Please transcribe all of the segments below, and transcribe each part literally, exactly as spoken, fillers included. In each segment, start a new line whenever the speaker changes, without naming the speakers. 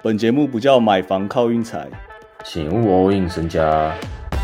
本节目不叫买房靠运财，
请勿 all in 身家。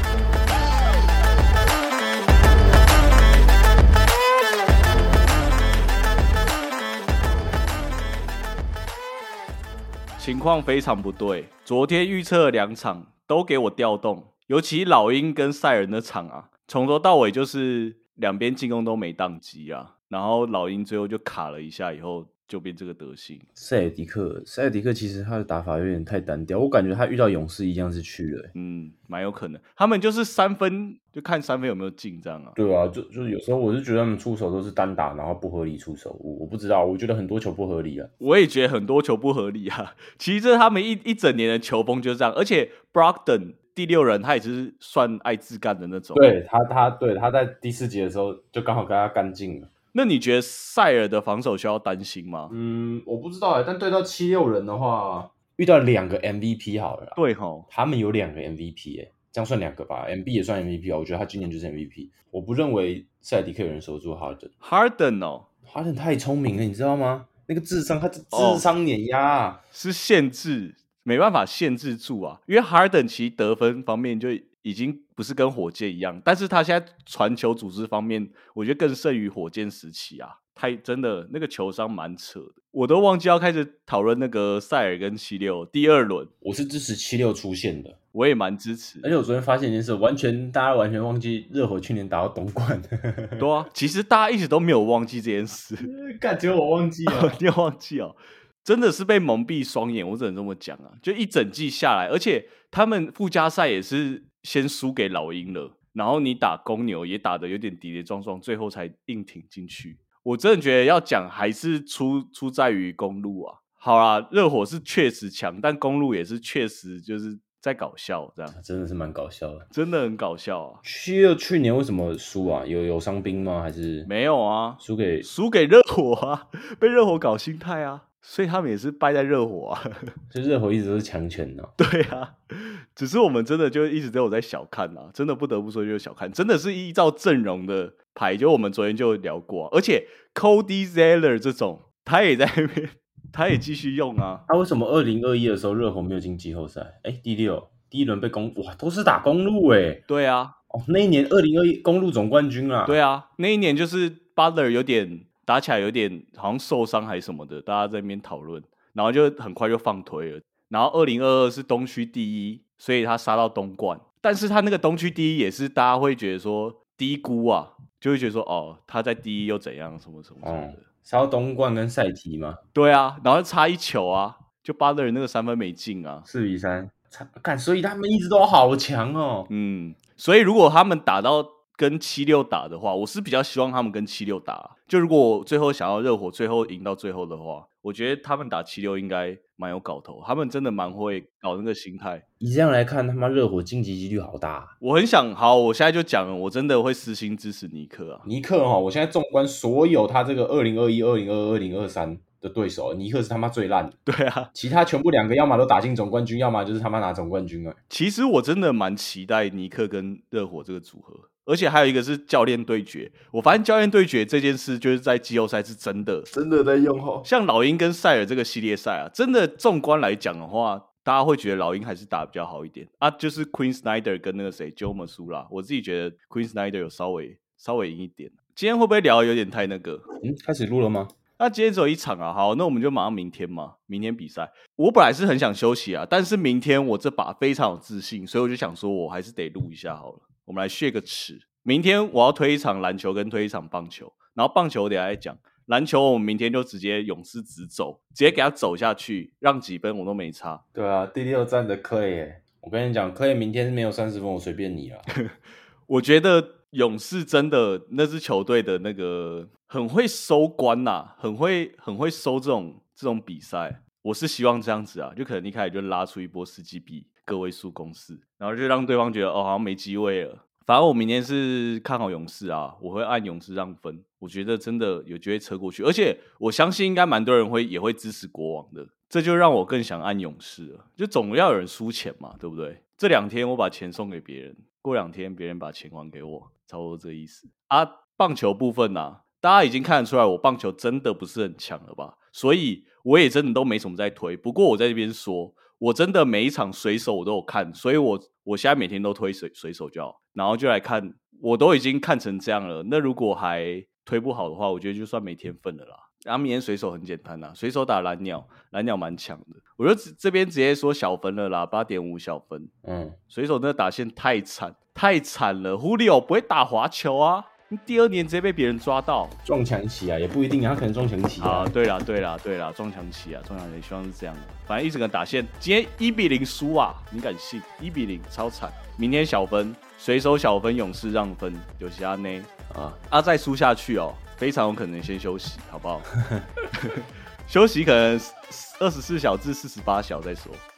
情况非常不对，昨天预测两场都给我调动，尤其老鹰跟赛尔那场啊，从头到尾就是两边进攻都没当机啊，然后老鹰最后就卡了一下，以后就变这个德行。
塞尔迪克，塞尔迪克其实他的打法有点太单调，我感觉他遇到勇士一样是去了、欸。
嗯，蛮有可能，他们就是三分就看三分有没有进这样啊。
对啊，就就是有时候我是觉得他们出手都是单打，然后不合理出手，我我不知道，我觉得很多球不合理啊。
我也觉得很多球不合理啊。其实这他们一一整年的球风就是这样，而且 Brogdon 第六人他也是算爱自干的那种。
对他，他对他在第四节的时候就刚好跟他干净了。
那你觉得塞尔的防守需要担心吗？
嗯，我不知道哎、欸，但对到七六人的话，遇到两个 M V P 好了啦。
对吼，
他们有两个 M V P 哎、欸，这样算两个吧 ？M B 也算 M V P 啊，我觉得他今年就是 M V P。我不认为塞尔迪克有人守住哈登。
Harden 哦，
哈登太聪明了，你知道吗？那个智商，他是智商碾压、啊哦，
是限制，没办法限制住啊。因为 Harden 其实得分方面就已经不是跟火箭一样，但是他现在传球组织方面，我觉得更胜于火箭时期啊。太真的那个球商蛮扯的，我都忘记要开始讨论那个塞尔跟七六第二轮。
我是支持七六出现的，
我也蛮支持。
而且我昨天发现一件事，完全大家完全忘记热火去年打到东冠。
对啊，其实大家一直都没有忘记这件事，
干只有我忘记了，
你有忘记哦？真的是被蒙蔽双眼，我只能这么讲啊！就一整季下来，而且他们附加赛也是先输给老鹰了，然后你打公牛也打得有点跌跌撞撞，最后才硬挺进去。我真的觉得要讲还是出出在于公路啊。好啦，热火是确实强，但公路也是确实就是在搞笑，这样
真的是蛮搞笑的，
真的很搞笑啊。
七六去年为什么输啊？有有伤兵吗？还是
没有啊？
输给
输给热火啊，被热火搞心态啊，所以他们也是败在热火啊。
所以热火一直都是强权呢、啊。
对啊，只是我们真的就一直都有在小看啊，真的不得不说就是小看，真的是依照阵容的排，就我们昨天就聊过、啊，而且 Cody Zeller 这种他也在那边，他也继续用啊。
他、啊、为什么二零二一的时候热火没有进季后赛？哎，第六第一轮被公哇都是打公路哎、欸。
对啊，
哦那一年二零二一公路总冠军啊。
对啊，那一年就是 Butler 有点打起来有点好像受伤还是什么的，大家在那边讨论，然后就很快就放推了。然后二零二二是东区第一，所以他杀到东冠，但是他那个东区第一也是大家会觉得说低估啊，就会觉得说哦他在第一又怎样什么什么什么的，
杀、哦、到东冠跟赛提吗？
对啊，然后差一球啊，就巴勒人那个三分没进啊，
四比三，干，所以他们一直都好强哦。
嗯，所以如果他们打到跟七六打的话，我是比较希望他们跟七六打。就如果最后想要热火最后赢到最后的话，我觉得他们打七六应该蛮有搞头，他们真的蛮会搞那个心态。
以这样来看，他妈热火晋级几率好大、啊。
我很想，好，我现在就讲了，我真的会私心支持尼克啊。
尼克哈，我现在纵观所有他这个二零二一、二零二二、二零二三的对手，尼克是他妈最烂的。
对啊，
其他全部两个要么都打进总冠军，要么就是他妈拿总冠军了。
其实我真的蛮期待尼克跟热火这个组合。而且还有一个是教练对决，我发现教练对决这件事就是在季后赛是真的，
真的在用吼。
像老鹰跟塞尔这个系列赛啊，真的纵观来讲的话，大家会觉得老鹰还是打比较好一点啊。就是 Quinn Snyder 跟那个谁 Joe Mazzulla，我自己觉得 Quinn Snyder 有稍微稍微赢一点。今天会不会聊有点太那个？
嗯，开始录了吗？
那今天只有一场啊，好，那我们就马上明天嘛，明天比赛。我本来是很想休息啊，但是明天我这把非常有自信，所以我就想说我还是得录一下好了。我们来血个齿。明天我要推一场篮球跟推一场棒球，然后棒球我等一下再讲，篮球我们明天就直接勇士直走，直接给他走下去，让几分我都没差。
对啊，第六站的 Clay 耶，我跟你讲 ，Clay 明天没有三十分，我随便你啦。
我觉得勇士真的那支球队的那个很会收官呐、啊，很会很会收这种这种比赛。我是希望这样子啊，就可能一开始就拉出一波十几比个位数攻势，然后就让对方觉得哦好像没机会了。反正我明天是看好勇士啊，我会按勇士让分，我觉得真的有机会车过去，而且我相信应该蛮多人会也会支持国王的，这就让我更想按勇士了，就总要有人输钱嘛，对不对？这两天我把钱送给别人，过两天别人把钱还给我，差不多这意思啊。棒球部分啊，大家已经看得出来我棒球真的不是很强了吧，所以我也真的都没什么在推。不过我在这边说，我真的每一场水手我都有看，所以我我现在每天都推水水手就好，然后就来看，我都已经看成这样了。那如果还推不好的话，我觉得就算没天分了啦。然后明天水手很简单啦，水手打蓝鸟，蓝鸟蛮强的。我就这边直接说小分了啦，八点五小分。嗯，水手那打线太惨，太惨了。胡里奥不会打滑球啊，第二年直接被别人抓到
撞墙期啊，也不一定，他可能撞墙期啊。
啊，对啦，对啦，对啦，撞墙期啊，撞墙期，希望是这样的。反正一整个打线，今天一比零输啊，你敢信？一比零，超惨。明天小分，水手小分，勇士让分，有其他呢啊啊，再输下去哦。非常有可能先休息，好不好？休息可能二十四小至四十八小再说。